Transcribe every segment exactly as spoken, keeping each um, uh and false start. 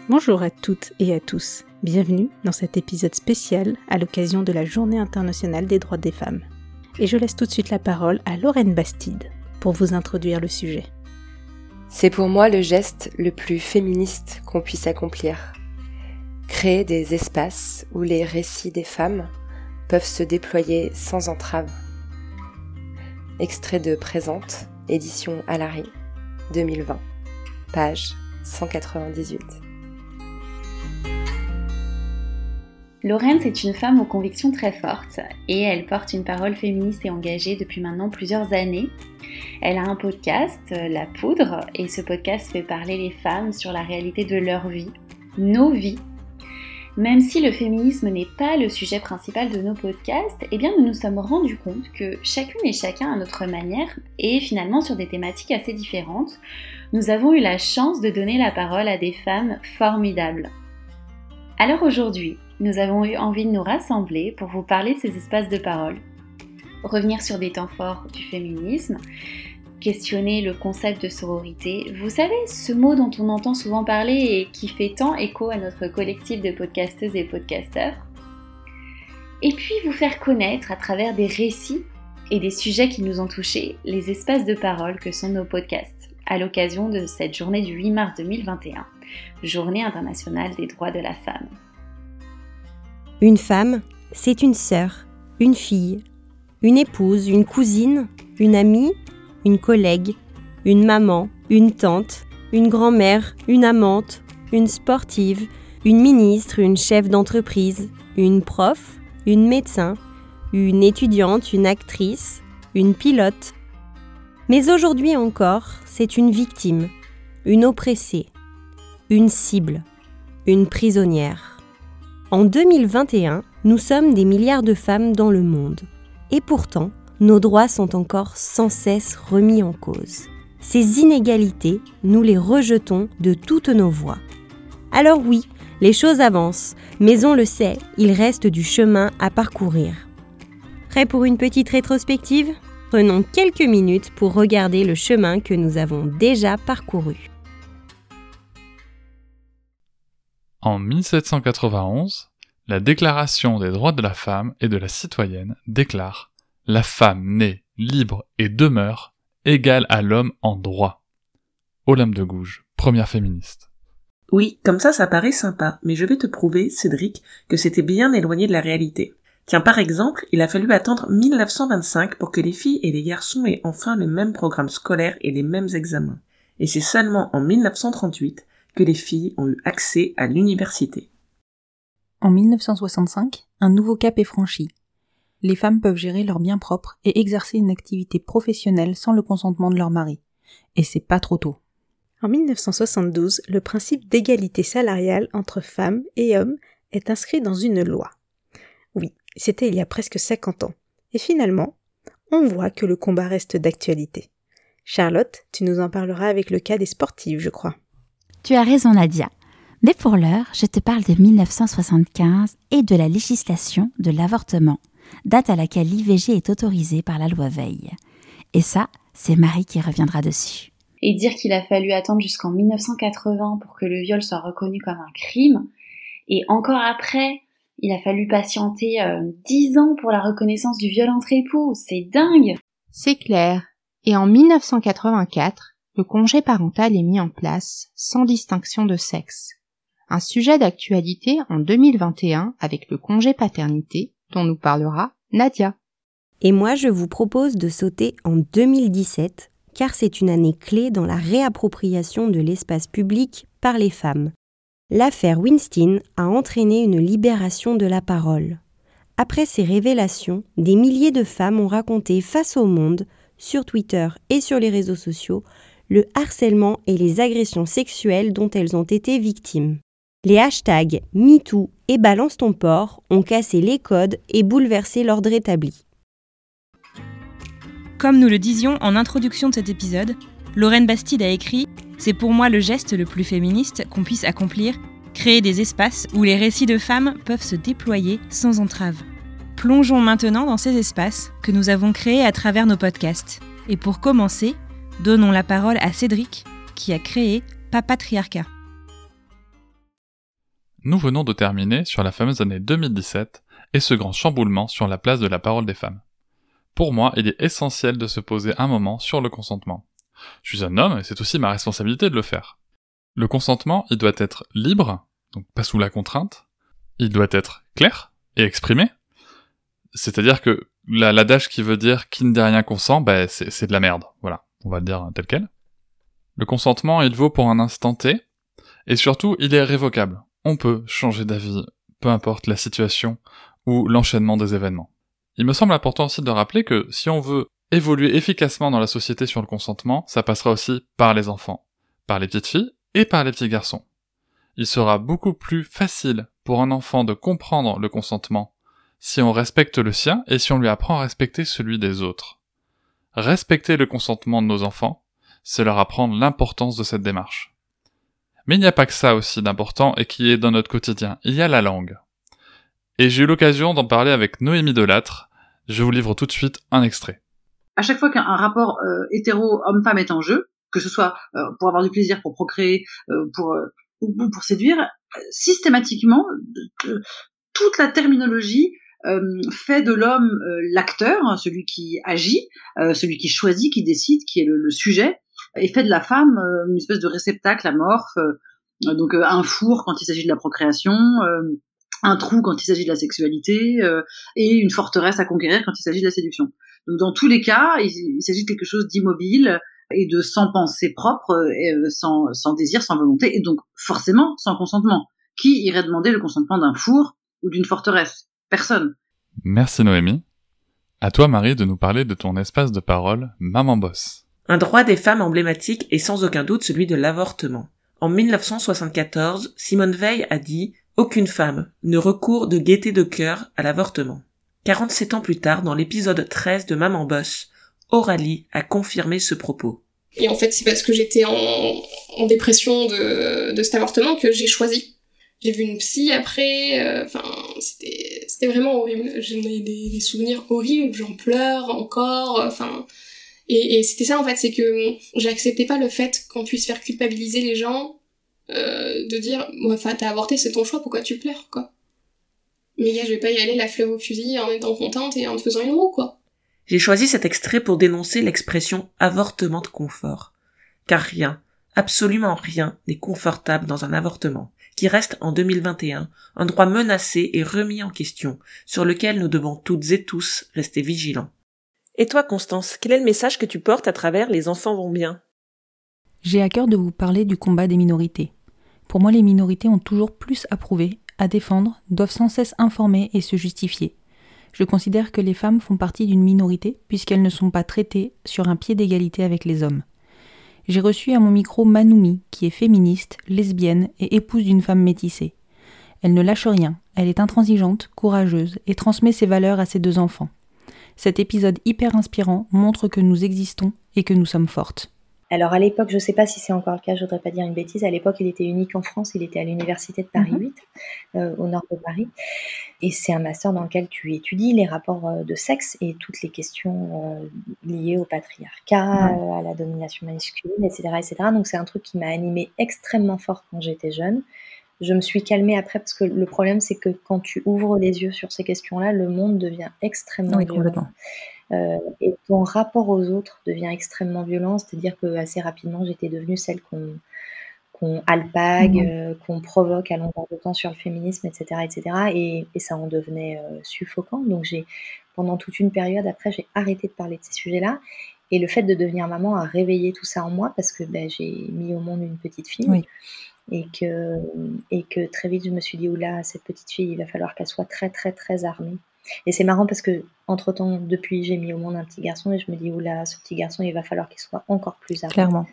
Bonjour à toutes et à tous, bienvenue dans cet épisode spécial à l'occasion de la Journée internationale des droits des femmes. Et je laisse tout de suite la parole à Lorraine Bastide pour vous introduire le sujet. C'est pour moi le geste le plus féministe qu'on puisse accomplir. Créer des espaces où les récits des femmes peuvent se déployer sans entrave. Extrait de Présente, édition Alary, deux mille vingt, page cent quatre-vingt-dix-huit. Lorraine, c'est une femme aux convictions très fortes et elle porte une parole féministe et engagée depuis maintenant plusieurs années. Elle a un podcast, La Poudre, et ce podcast fait parler les femmes sur la réalité de leur vie, nos vies. Même si le féminisme n'est pas le sujet principal de nos podcasts, eh bien nous nous sommes rendus compte que chacune et chacun à notre manière, et finalement sur des thématiques assez différentes, nous avons eu la chance de donner la parole à des femmes formidables. Alors aujourd'hui, nous avons eu envie de nous rassembler pour vous parler de ces espaces de parole, revenir sur des temps forts du féminisme, questionner le concept de sororité. Vous savez, ce mot dont on entend souvent parler et qui fait tant écho à notre collectif de podcasteuses et podcasteurs. Et puis vous faire connaître à travers des récits et des sujets qui nous ont touchés, les espaces de parole que sont nos podcasts, à l'occasion de cette journée du huit mars deux mille vingt et un, Journée internationale des droits de la femme. Une femme, c'est une sœur, une fille, une épouse, une cousine, une amie, une collègue, une maman, une tante, une grand-mère, une amante, une sportive, une ministre, une chef d'entreprise, une prof, une médecin, une étudiante, une actrice, une pilote. Mais aujourd'hui encore, c'est une victime, une oppressée, une cible, une prisonnière. En deux mille vingt et un, nous sommes des milliards de femmes dans le monde. Et pourtant, nos droits sont encore sans cesse remis en cause. Ces inégalités, nous les rejetons de toutes nos voix. Alors oui, les choses avancent, mais on le sait, il reste du chemin à parcourir. Prêt pour une petite rétrospective ? Prenons quelques minutes pour regarder le chemin que nous avons déjà parcouru. En mille sept cent quatre-vingt-onze, la Déclaration des droits de la femme et de la citoyenne déclare « La femme naît, libre et demeure, égale à l'homme en droit ». Olympe de Gouges, première féministe. Oui, comme ça, ça paraît sympa, mais je vais te prouver, Cédric, que c'était bien éloigné de la réalité. Tiens, par exemple, il a fallu attendre mille neuf cent vingt-cinq pour que les filles et les garçons aient enfin le même programme scolaire et les mêmes examens. Et c'est seulement en mille neuf cent trente-huit que les filles ont eu accès à l'université. En mille neuf cent soixante-cinq, un nouveau cap est franchi. Les femmes peuvent gérer leurs biens propres et exercer une activité professionnelle sans le consentement de leur mari. Et c'est pas trop tôt. En mille neuf cent soixante-douze, le principe d'égalité salariale entre femmes et hommes est inscrit dans une loi. Oui, c'était il y a presque cinquante ans. Et finalement, on voit que le combat reste d'actualité. Charlotte, tu nous en parleras avec le cas des sportives, je crois. Tu as raison Nadia, mais pour l'heure, je te parle de mille neuf cent soixante-quinze et de la législation de l'avortement, date à laquelle l'I V G est autorisée par la loi Veil. Et ça, c'est Marie qui reviendra dessus. Et dire qu'il a fallu attendre jusqu'en mille neuf cent quatre-vingts pour que le viol soit reconnu comme un crime, et encore après, il a fallu patienter euh, dix ans pour la reconnaissance du viol entre époux, c'est dingue! C'est clair, et en mille neuf cent quatre-vingt-quatre, le congé parental est mis en place sans distinction de sexe. Un sujet d'actualité en deux mille vingt et un avec le congé paternité dont nous parlera Nadia. Et moi, je vous propose de sauter en deux mille dix-sept, car c'est une année clé dans la réappropriation de l'espace public par les femmes. L'affaire Weinstein a entraîné une libération de la parole. Après ces révélations, des milliers de femmes ont raconté face au monde, sur Twitter et sur les réseaux sociaux, le harcèlement et les agressions sexuelles dont elles ont été victimes. Les hashtags MeToo et Balance ton porc ont cassé les codes et bouleversé l'ordre établi. Comme nous le disions en introduction de cet épisode, Lorraine Bastide a écrit « C'est pour moi le geste le plus féministe qu'on puisse accomplir, créer des espaces où les récits de femmes peuvent se déployer sans entrave. » Plongeons maintenant dans ces espaces que nous avons créés à travers nos podcasts. Et pour commencer, donnons la parole à Cédric, qui a créé Papatriarcat. nous venons de terminer sur la fameuse année deux mille dix-sept et ce grand chamboulement sur la place de la parole des femmes. Pour moi, il est essentiel de se poser un moment sur le consentement. Je suis un homme et c'est aussi ma responsabilité de le faire. Le consentement, il doit être libre, donc pas sous la contrainte. Il doit être clair et exprimé. C'est-à-dire que l'adage qui veut dire qui ne dit rien consent, bah, c'est, c'est de la merde. Voilà, on va le dire tel quel. Le consentement, il vaut pour un instant T, et surtout, il est révocable. On peut changer d'avis, peu importe la situation ou l'enchaînement des événements. Il me semble important aussi de rappeler que si on veut évoluer efficacement dans la société sur le consentement, ça passera aussi par les enfants, par les petites filles et par les petits garçons. Il sera beaucoup plus facile pour un enfant de comprendre le consentement si on respecte le sien et si on lui apprend à respecter celui des autres. Respecter le consentement de nos enfants, c'est leur apprendre l'importance de cette démarche. Mais il n'y a pas que ça aussi d'important et qui est dans notre quotidien, il y a la langue. Et j'ai eu l'occasion d'en parler avec Noémie Delattre, je vous livre tout de suite un extrait. À chaque fois qu'un rapport euh, hétéro homme-femme est en jeu, que ce soit euh, pour avoir du plaisir, pour procréer, euh, pour, euh, ou pour séduire, euh, systématiquement, euh, toute la terminologie euh, fait de l'homme euh, l'acteur, hein, celui qui agit, euh, celui qui choisit, qui décide, qui est le, le sujet, et fait de la femme euh, une espèce de réceptacle amorphe, euh, donc euh, un four quand il s'agit de la procréation, euh, un trou quand il s'agit de la sexualité, euh, et une forteresse à conquérir quand il s'agit de la séduction. Donc dans tous les cas, il, il s'agit de quelque chose d'immobile et de sans pensée propre, et, euh, sans, sans désir, sans volonté, et donc forcément sans consentement. Qui irait demander le consentement d'un four ou d'une forteresse? Personne. Merci Noémie. À toi Marie de nous parler de ton espace de parole Maman Bosse. Un droit des femmes emblématique est sans aucun doute celui de l'avortement. En mille neuf cent soixante-quatorze, Simone Veil a dit « Aucune femme ne recourt de gaieté de cœur à l'avortement ». quarante-sept ans plus tard, dans l'épisode treize de Maman Bosse, Aurélie a confirmé ce propos. Et en fait, c'est parce que j'étais en, en dépression de, de cet avortement que j'ai choisi. J'ai vu une psy après, enfin, euh, c'était, c'était vraiment horrible. J'en ai des, des souvenirs horribles, j'en pleure encore, enfin... Euh, et, et c'était ça, en fait, c'est que j'acceptais pas le fait qu'on puisse faire culpabiliser les gens, euh, de dire, enfin, t'as avorté, c'est ton choix, pourquoi tu pleures, quoi. Mais gars, je vais pas y aller la fleur au fusil en étant contente et en te faisant une roue, quoi. J'ai choisi cet extrait pour dénoncer l'expression « avortement de confort ». Car rien, absolument rien, n'est confortable dans un avortement, qui reste en deux mille vingt et un un droit menacé et remis en question, sur lequel nous devons toutes et tous rester vigilants. Et toi, Constance, quel est le message que tu portes à travers Les enfants vont bien ? J'ai à cœur de vous parler du combat des minorités. Pour moi, les minorités ont toujours plus à prouver, à défendre, doivent sans cesse informer et se justifier. Je considère que les femmes font partie d'une minorité puisqu'elles ne sont pas traitées sur un pied d'égalité avec les hommes. J'ai reçu à mon micro Manoumi, qui est féministe, lesbienne et épouse d'une femme métissée. Elle ne lâche rien, elle est intransigeante, courageuse et transmet ses valeurs à ses deux enfants. Cet épisode hyper inspirant montre que nous existons et que nous sommes fortes. Alors à l'époque, je ne sais pas si c'est encore le cas, je ne voudrais pas dire une bêtise, à l'époque il était unique en France, il était à l'université de Paris huit, mmh. euh, au nord de Paris, et c'est un master dans lequel tu étudies les rapports euh, de sexe et toutes les questions euh, liées au patriarcat, mmh. euh, à la domination masculine, et cetera, et cetera. Donc c'est un truc qui m'a animée extrêmement fort quand j'étais jeune. Je me suis calmée après parce que le problème c'est que quand tu ouvres les yeux sur ces questions-là, le monde devient extrêmement oui, violent. Euh, et ton rapport aux autres devient extrêmement violent, c'est-à-dire que assez rapidement j'étais devenue celle qu'on, qu'on alpague, mmh. euh, qu'on provoque à longueur de temps sur le féminisme, et cetera, et cetera. Et, et ça en devenait euh, suffocant. Donc j'ai, pendant toute une période après, j'ai arrêté de parler de ces sujets-là. Et le fait de devenir maman a réveillé tout ça en moi parce que ben, j'ai mis au monde une petite fille. Oui. Et que, et que très vite je me suis dit, oula, cette petite fille, il va falloir qu'elle soit très très très armée. Et c'est marrant parce que entre temps, depuis, j'ai mis au monde un petit garçon et je me dis, oula, ce petit garçon, il va falloir qu'il soit encore plus armé. Clairement.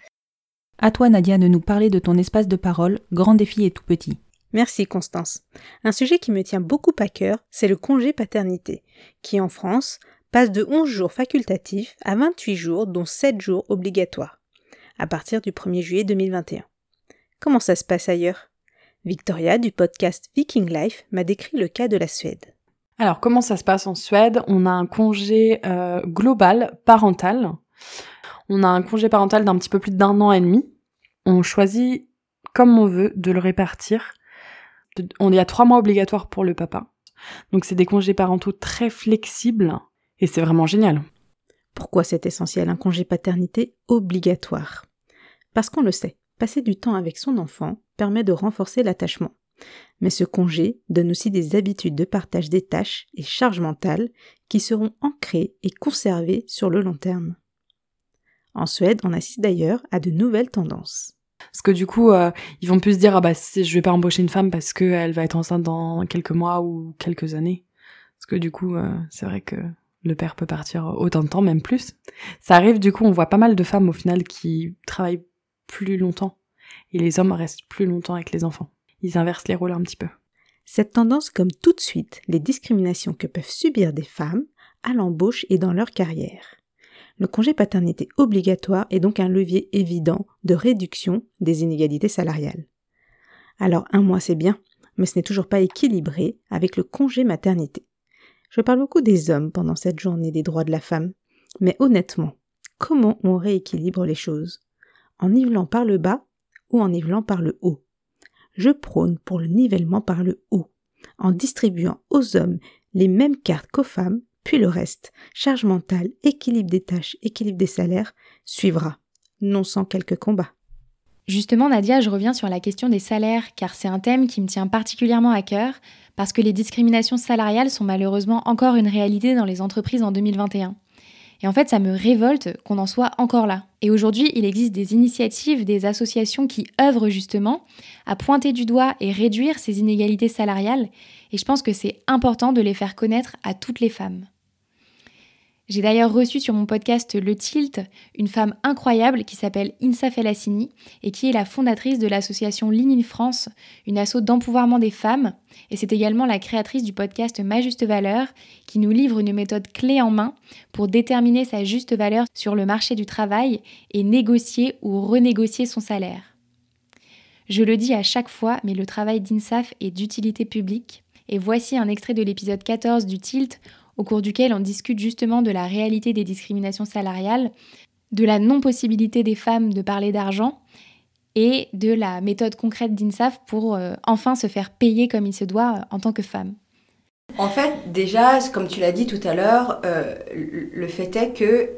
À toi, Nadia, de nous parler de ton espace de parole, grand défi et tout petit. Merci Constance. Un sujet qui me tient beaucoup à cœur, c'est le congé paternité, qui en France passe de onze jours facultatifs à vingt-huit jours, dont sept jours obligatoires, à partir du premier juillet deux mille vingt et un. Comment ça se passe ailleurs ? Victoria, du podcast Viking Life, m'a décrit le cas de la Suède. Alors, comment ça se passe en Suède ? On a un congé euh, global parental. On a un congé parental d'un petit peu plus d'un an et demi. On choisit, comme on veut, de le répartir. On est à trois mois obligatoires pour le papa. Donc c'est des congés parentaux très flexibles et c'est vraiment génial. Pourquoi c'est essentiel, un congé paternité obligatoire ? Parce qu'on le sait, passer du temps avec son enfant permet de renforcer l'attachement. Mais ce congé donne aussi des habitudes de partage des tâches et charges mentales qui seront ancrées et conservées sur le long terme. En Suède, on assiste d'ailleurs à de nouvelles tendances. Parce que du coup, euh, ils vont plus se dire « Ah bah, si, je vais pas embaucher une femme parce qu'elle va être enceinte dans quelques mois ou quelques années. » Parce que du coup, euh, c'est vrai que le père peut partir autant de temps, même plus. Ça arrive, du coup, on voit pas mal de femmes au final qui travaillent plus longtemps. Et les hommes restent plus longtemps avec les enfants. Ils inversent les rôles un petit peu. Cette tendance gomme tout de suite les discriminations que peuvent subir des femmes à l'embauche et dans leur carrière. Le congé paternité obligatoire est donc un levier évident de réduction des inégalités salariales. Alors un mois c'est bien, mais ce n'est toujours pas équilibré avec le congé maternité. Je parle beaucoup des hommes pendant cette journée des droits de la femme, mais honnêtement, comment on rééquilibre les choses ? En nivelant par le bas ou en nivelant par le haut ? Je prône pour le nivellement par le haut, en distribuant aux hommes les mêmes cartes qu'aux femmes, puis le reste, charge mentale, équilibre des tâches, équilibre des salaires, suivra, non sans quelques combats. Justement, Nadia, je reviens sur la question des salaires, car c'est un thème qui me tient particulièrement à cœur, parce que les discriminations salariales sont malheureusement encore une réalité dans les entreprises en deux mille vingt et un. Et en fait, ça me révolte qu'on en soit encore là. Et aujourd'hui, il existe des initiatives, des associations qui œuvrent justement à pointer du doigt et réduire ces inégalités salariales. Et je pense que c'est important de les faire connaître à toutes les femmes. J'ai d'ailleurs reçu sur mon podcast Le Tilt une femme incroyable qui s'appelle Insaf El Hassini et qui est la fondatrice de l'association Lean in France, une asso d'empouvoirment des femmes. Et c'est également la créatrice du podcast Ma Juste Valeur qui nous livre une méthode clé en main pour déterminer sa juste valeur sur le marché du travail et négocier ou renégocier son salaire. Je le dis à chaque fois, mais le travail d'Insaf est d'utilité publique. Et voici un extrait de l'épisode quatorze du Tilt au cours duquel on discute justement de la réalité des discriminations salariales, de la non-possibilité des femmes de parler d'argent et de la méthode concrète d'Insaf pour euh, enfin se faire payer comme il se doit euh, en tant que femme. En fait, déjà, comme tu l'as dit tout à l'heure, euh, le fait est que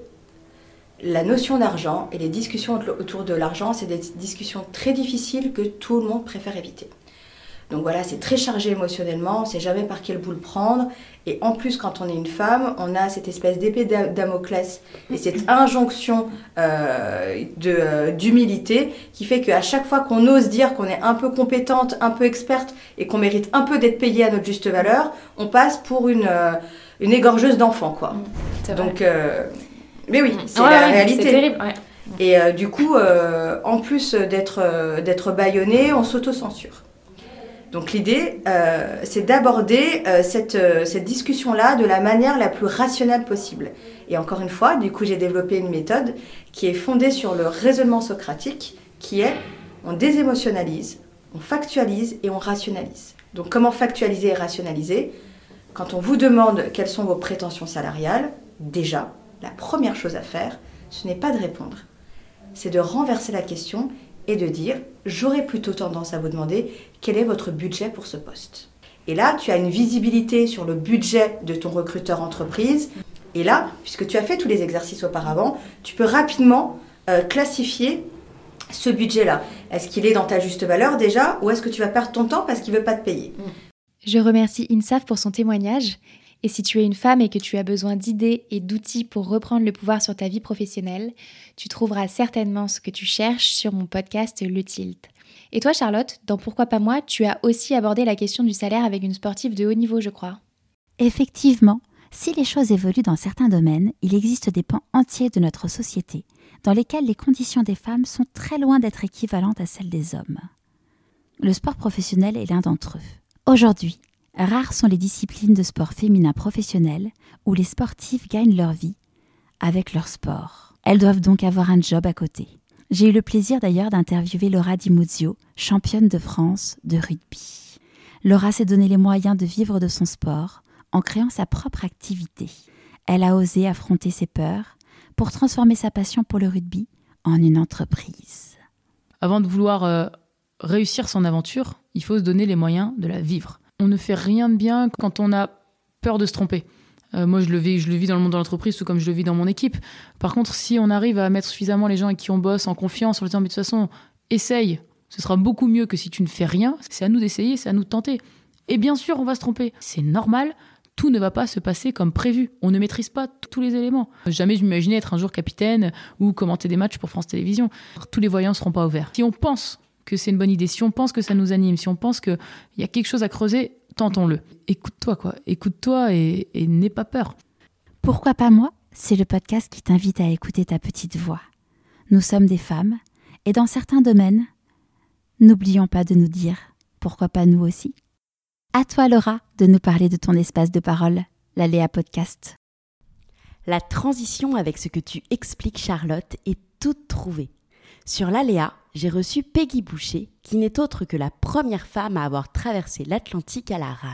la notion d'argent et les discussions autour de l'argent, c'est des discussions très difficiles que tout le monde préfère éviter. Donc voilà, c'est très chargé émotionnellement, on ne sait jamais par quel bout le prendre. Et en plus, quand on est une femme, on a cette espèce d'épée de Damoclès et cette injonction euh, de, euh, d'humilité qui fait qu'à chaque fois qu'on ose dire qu'on est un peu compétente, un peu experte et qu'on mérite un peu d'être payée à notre juste valeur, on passe pour une, euh, une égorgeuse d'enfants, quoi. C'est vrai. Donc, euh, mais oui, c'est ouais, la ouais, réalité. C'est terrible, ouais. Et euh, du coup, euh, en plus d'être, euh, d'être bâillonnée, on s'auto-censure. Donc l'idée, euh, c'est d'aborder euh, cette, euh, cette discussion-là de la manière la plus rationnelle possible. Et encore une fois, du coup, j'ai développé une méthode qui est fondée sur le raisonnement socratique, qui est on désémotionnalise, on factualise et on rationalise. Donc comment factualiser et rationaliser ? Quand on vous demande quelles sont vos prétentions salariales, déjà, la première chose à faire, ce n'est pas de répondre, c'est de renverser la question et de dire « j'aurais plutôt tendance à vous demander quel est votre budget pour ce poste ». Et là, tu as une visibilité sur le budget de ton recruteur entreprise. Et là, puisque tu as fait tous les exercices auparavant, tu peux rapidement euh, classifier ce budget-là. Est-ce qu'il est dans ta juste valeur déjà ou est-ce que tu vas perdre ton temps parce qu'il ne veut pas te payer ? Je remercie Insaf pour son témoignage. Et si tu es une femme et que tu as besoin d'idées et d'outils pour reprendre le pouvoir sur ta vie professionnelle, tu trouveras certainement ce que tu cherches sur mon podcast Le Tilt. Et toi Charlotte, dans Pourquoi pas moi, tu as aussi abordé la question du salaire avec une sportive de haut niveau, je crois. Effectivement, si les choses évoluent dans certains domaines, il existe des pans entiers de notre société dans lesquels les conditions des femmes sont très loin d'être équivalentes à celles des hommes. Le sport professionnel est l'un d'entre eux. Aujourd'hui, rares sont les disciplines de sport féminin professionnel où les sportives gagnent leur vie avec leur sport. Elles doivent donc avoir un job à côté. J'ai eu le plaisir d'ailleurs d'interviewer Laura Di Muzio, championne de France de rugby. Laura s'est donné les moyens de vivre de son sport en créant sa propre activité. Elle a osé affronter ses peurs pour transformer sa passion pour le rugby en une entreprise. Avant de vouloir euh, réussir son aventure, il faut se donner les moyens de la vivre. On ne fait rien de bien quand on a peur de se tromper. Euh, moi, je le, vis, je le vis dans le monde de l'entreprise, tout comme je le vis dans mon équipe. Par contre, si on arrive à mettre suffisamment les gens avec qui on bosse en confiance, en leur disant, mais de toute façon, essaye, ce sera beaucoup mieux que si tu ne fais rien. C'est à nous d'essayer, c'est à nous de tenter. Et bien sûr, on va se tromper. C'est normal, tout ne va pas se passer comme prévu. On ne maîtrise pas t- tous les éléments. Jamais je m'imaginais être un jour capitaine ou commenter des matchs pour France Télévisions. Tous les voyants ne seront pas ouverts. Si on pense que c'est une bonne idée, si on pense que ça nous anime, si on pense qu'il y a quelque chose à creuser, tentons-le. Écoute-toi, quoi. Écoute-toi et, et n'aie pas peur. Pourquoi pas moi ? C'est le podcast qui t'invite à écouter ta petite voix. Nous sommes des femmes, et dans certains domaines, n'oublions pas de nous dire « Pourquoi pas nous aussi ?» À toi, Laura, de nous parler de ton espace de parole, la Léa Podcast. La transition avec ce que tu expliques, Charlotte, est toute trouvée. Sur l'Aléa, j'ai reçu Peggy Boucher, qui n'est autre que la première femme à avoir traversé l'Atlantique à la rame.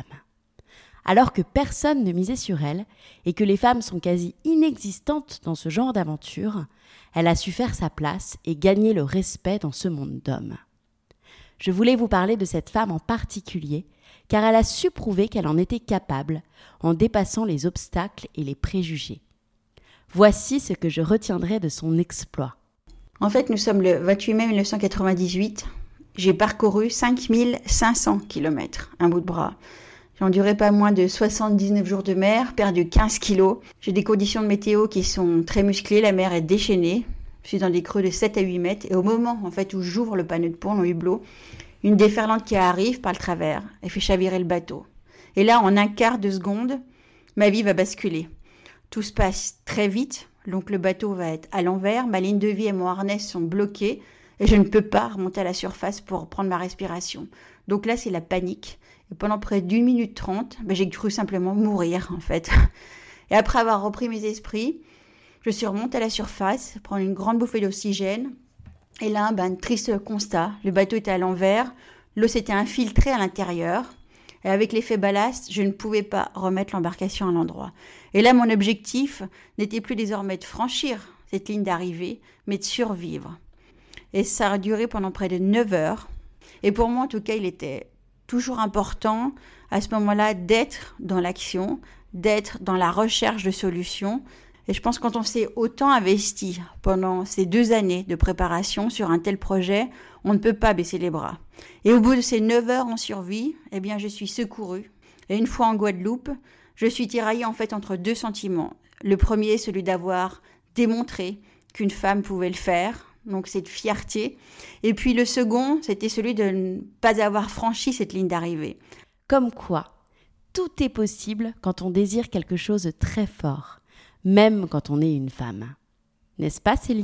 Alors que personne ne misait sur elle et que les femmes sont quasi inexistantes dans ce genre d'aventure, elle a su faire sa place et gagner le respect dans ce monde d'hommes. Je voulais vous parler de cette femme en particulier, car elle a su prouver qu'elle en était capable en dépassant les obstacles et les préjugés. Voici ce que je retiendrai de son exploit. En fait, nous sommes le vingt-huit mai mille neuf cent quatre-vingt-dix-huit. J'ai parcouru cinq mille cinq cents kilomètres, un bout de bras. J'ai enduré pas moins de soixante-dix-neuf jours de mer, perdu quinze kilos. J'ai des conditions de météo qui sont très musclées, la mer est déchaînée. Je suis dans des creux de sept à huit mètres. Et au moment en fait, où j'ouvre le panneau de pont, le hublot, une déferlante qui arrive par le travers et fait chavirer le bateau. Et là, en un quart de seconde, ma vie va basculer. Tout se passe très vite, donc le bateau va être à l'envers, ma ligne de vie et mon harnais sont bloqués et je ne peux pas remonter à la surface pour prendre ma respiration. Donc là, c'est la panique. Et pendant près d'une minute trente, ben, j'ai cru simplement mourir en fait. Et après avoir repris mes esprits, je suis remontée à la surface, prendre une grande bouffée d'oxygène. Et là, ben, triste constat, le bateau était à l'envers, l'eau s'était infiltrée à l'intérieur, et avec l'effet ballast, je ne pouvais pas remettre l'embarcation à l'endroit. Et là, mon objectif n'était plus désormais de franchir cette ligne d'arrivée, mais de survivre. Et ça a duré pendant près de neuf heures. Et pour moi, en tout cas, il était toujours important, à ce moment-là, d'être dans l'action, d'être dans la recherche de solutions. Et je pense que quand on s'est autant investi pendant ces deux années de préparation sur un tel projet, on ne peut pas baisser les bras. Et au bout de ces neuf heures en survie, eh bien, je suis secourue. Et une fois en Guadeloupe, je suis tiraillée en fait entre deux sentiments. Le premier, celui d'avoir démontré qu'une femme pouvait le faire, donc cette fierté. Et puis le second, c'était celui de ne pas avoir franchi cette ligne d'arrivée. Comme quoi, tout est possible quand on désire quelque chose de très fort, même quand on est une femme. N'est-ce pas, Célia ?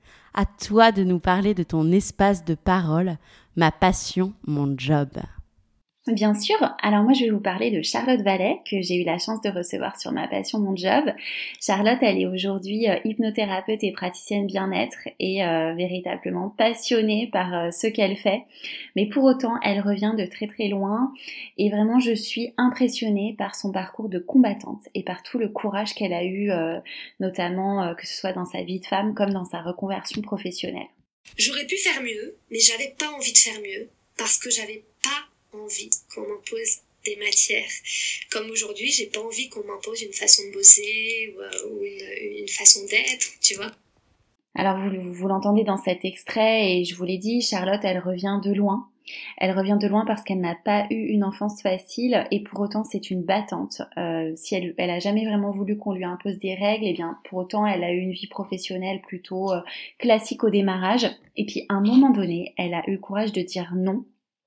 À toi de nous parler de ton espace de parole, ma passion, mon job. Bien sûr, alors moi je vais vous parler de Charlotte Vallet que j'ai eu la chance de recevoir sur ma passion, mon job. Charlotte, elle est aujourd'hui euh, hypnothérapeute et praticienne bien-être et euh, véritablement passionnée par euh, ce qu'elle fait. Mais pour autant, elle revient de très très loin et vraiment je suis impressionnée par son parcours de combattante et par tout le courage qu'elle a eu, euh, notamment euh, que ce soit dans sa vie de femme comme dans sa reconversion professionnelle. J'aurais pu faire mieux, mais j'avais pas envie de faire mieux parce que j'avais pas envie qu'on m'impose des matières. Comme aujourd'hui, j'ai pas envie qu'on m'impose une façon de bosser ou, euh, ou une, une façon d'être, tu vois. Alors vous, vous l'entendez dans cet extrait et je vous l'ai dit, Charlotte, elle revient de loin. Elle revient de loin parce qu'elle n'a pas eu une enfance facile et pour autant c'est une battante. Euh, si elle, elle a jamais vraiment voulu qu'on lui impose des règles, et bien pour autant elle a eu une vie professionnelle plutôt euh, classique au démarrage. Et puis à un moment donné, elle a eu le courage de dire non.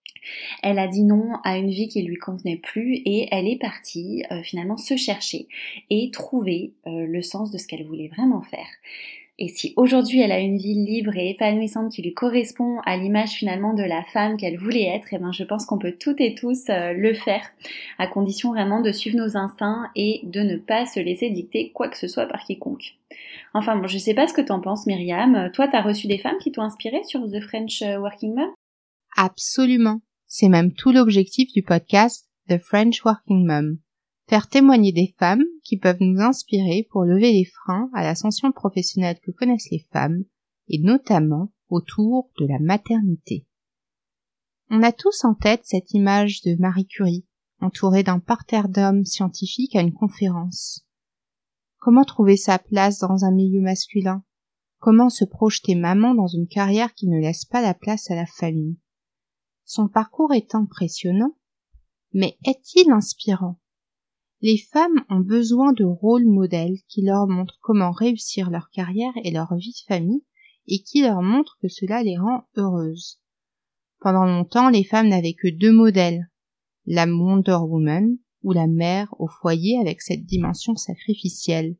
Elle a dit non à une vie qui lui convenait plus et elle est partie euh, finalement se chercher et trouver euh, le sens de ce qu'elle voulait vraiment faire. Et si aujourd'hui elle a une vie libre et épanouissante qui lui correspond à l'image finalement de la femme qu'elle voulait être, et ben je pense qu'on peut toutes et tous euh, le faire, à condition vraiment de suivre nos instincts et de ne pas se laisser dicter quoi que ce soit par quiconque. Enfin bon, je sais pas ce que t'en penses Myriam, toi t'as reçu des femmes qui t'ont inspiré sur The French Working Mom ? Absolument. C'est même tout l'objectif du podcast The French Working Mom. Faire témoigner des femmes qui peuvent nous inspirer pour lever les freins à l'ascension professionnelle que connaissent les femmes, et notamment autour de la maternité. On a tous en tête cette image de Marie Curie, entourée d'un parterre d'hommes scientifiques à une conférence. Comment trouver sa place dans un milieu masculin? Comment se projeter maman dans une carrière qui ne laisse pas la place à la famille? Son parcours est impressionnant, mais est-il inspirant? Les femmes ont besoin de rôles modèles qui leur montrent comment réussir leur carrière et leur vie de famille et qui leur montrent que cela les rend heureuses. Pendant longtemps, les femmes n'avaient que deux modèles, la Wonder Woman ou la mère au foyer avec cette dimension sacrificielle.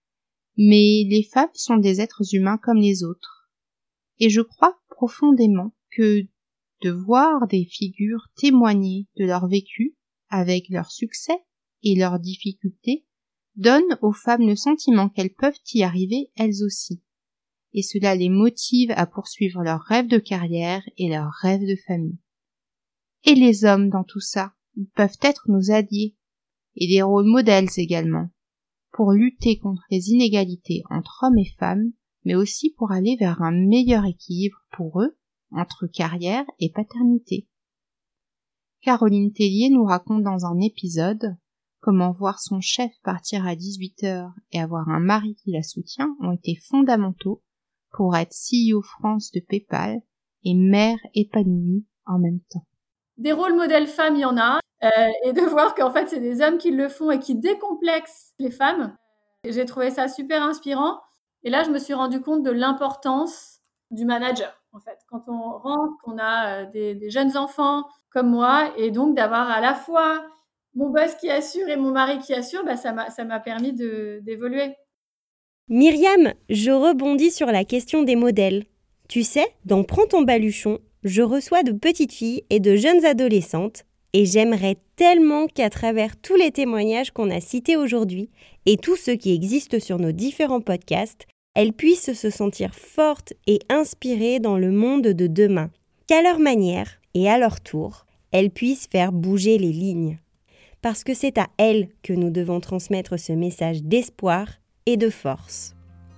Mais les femmes sont des êtres humains comme les autres. Et je crois profondément que de voir des figures témoigner de leur vécu avec leurs succès et leurs difficultés donne aux femmes le sentiment qu'elles peuvent y arriver elles aussi. Et cela les motive à poursuivre leurs rêves de carrière et leurs rêves de famille. Et les hommes dans tout ça, ils peuvent être nos alliés, et des rôles modèles également, pour lutter contre les inégalités entre hommes et femmes, mais aussi pour aller vers un meilleur équilibre pour eux, entre carrière et paternité. Caroline Tellier nous raconte dans un épisode comment voir son chef partir à dix-huit heures et avoir un mari qui la soutient ont été fondamentaux pour être C E O France de PayPal et mère épanouie en même temps. Des rôles modèles femmes, il y en a, euh, et de voir qu'en fait c'est des hommes qui le font et qui décomplexent les femmes. J'ai trouvé ça super inspirant. Et là, je me suis rendu compte de l'importance du manager, en fait. Quand on rentre, qu'on a euh, des, des jeunes enfants comme moi, et donc d'avoir à la fois mon boss qui assure et mon mari qui assure, bah, ça m'a, ça m'a permis de, d'évoluer. Myriam, je rebondis sur la question des modèles. Tu sais, dans Prends ton baluchon, je reçois de petites filles et de jeunes adolescentes et j'aimerais tellement qu'à travers tous les témoignages qu'on a cités aujourd'hui et tous ceux qui existent sur nos différents podcasts, elles puissent se sentir fortes et inspirées dans le monde de demain. Qu'à leur manière et à leur tour, elles puissent faire bouger les lignes. Parce que c'est à elles que nous devons transmettre ce message d'espoir et de force.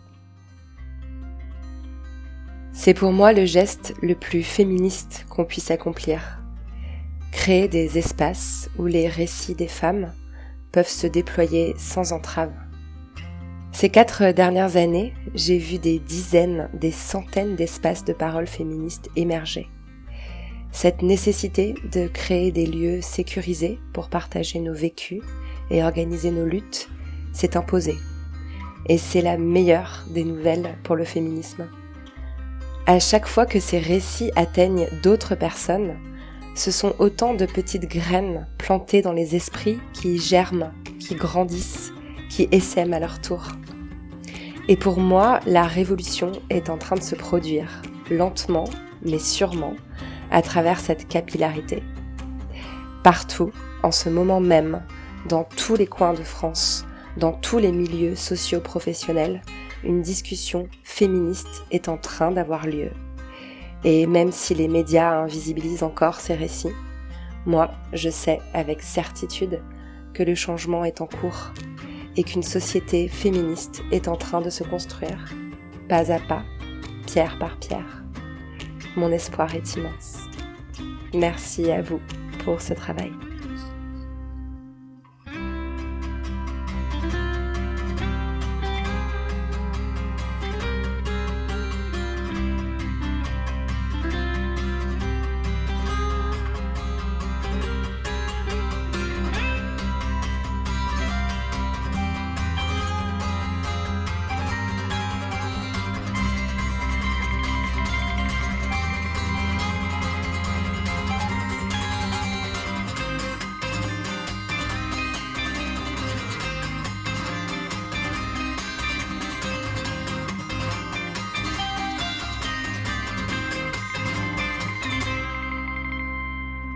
C'est pour moi le geste le plus féministe qu'on puisse accomplir. Créer des espaces où les récits des femmes peuvent se déployer sans entrave. Ces quatre dernières années, j'ai vu des dizaines, des centaines d'espaces de parole féministes émerger. Cette nécessité de créer des lieux sécurisés pour partager nos vécus et organiser nos luttes s'est imposée. Et c'est la meilleure des nouvelles pour le féminisme. À chaque fois que ces récits atteignent d'autres personnes, ce sont autant de petites graines plantées dans les esprits qui germent, qui grandissent, qui essaiment à leur tour. Et pour moi, la révolution est en train de se produire, lentement, mais sûrement, à travers cette capillarité. Partout, en ce moment même, dans tous les coins de France, dans tous les milieux socio-professionnels, une discussion féministe est en train d'avoir lieu. Et même si les médias invisibilisent encore ces récits, moi, je sais avec certitude que le changement est en cours et qu'une société féministe est en train de se construire, pas à pas, pierre par pierre. Mon espoir est immense. Merci à vous pour ce travail.